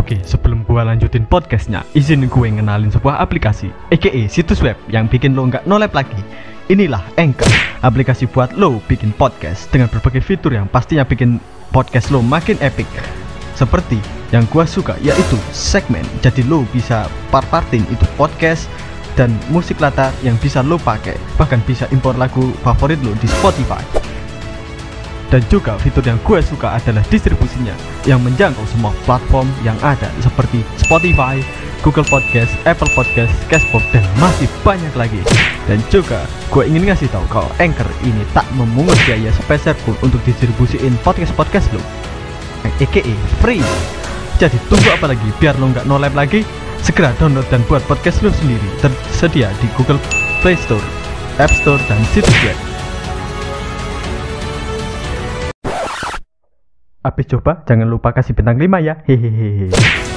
Oke, sebelum gue lanjutin podcastnya, izin gue ngenalin sebuah aplikasi, aka situs web yang bikin lo nggak nolep lagi. Inilah Anchor, aplikasi buat lo bikin podcast dengan berbagai fitur yang pastinya bikin podcast lo makin epic. Seperti yang gue suka, yaitu segmen. Jadi lo bisa part-partin itu podcast dan musik latar yang bisa lo pakai. Bahkan bisa impor lagu favorit lo di Spotify. Dan juga fitur yang gue suka adalah distribusinya yang menjangkau semua platform yang ada seperti Spotify, Google Podcast, Apple Podcast, Castbox, dan masih banyak lagi. Dan juga gue ingin ngasih tahu kalau Anchor ini tak memungut biaya sepeser pun untuk distribusiin podcast-podcast lo, aka free. Jadi tunggu apa lagi biar lo nggak nolep lagi? Segera download dan buat podcast lo sendiri. Tersedia di Google Play Store, App Store, dan situs web. Habis coba jangan lupa kasih bintang 5 ya. Hehehe.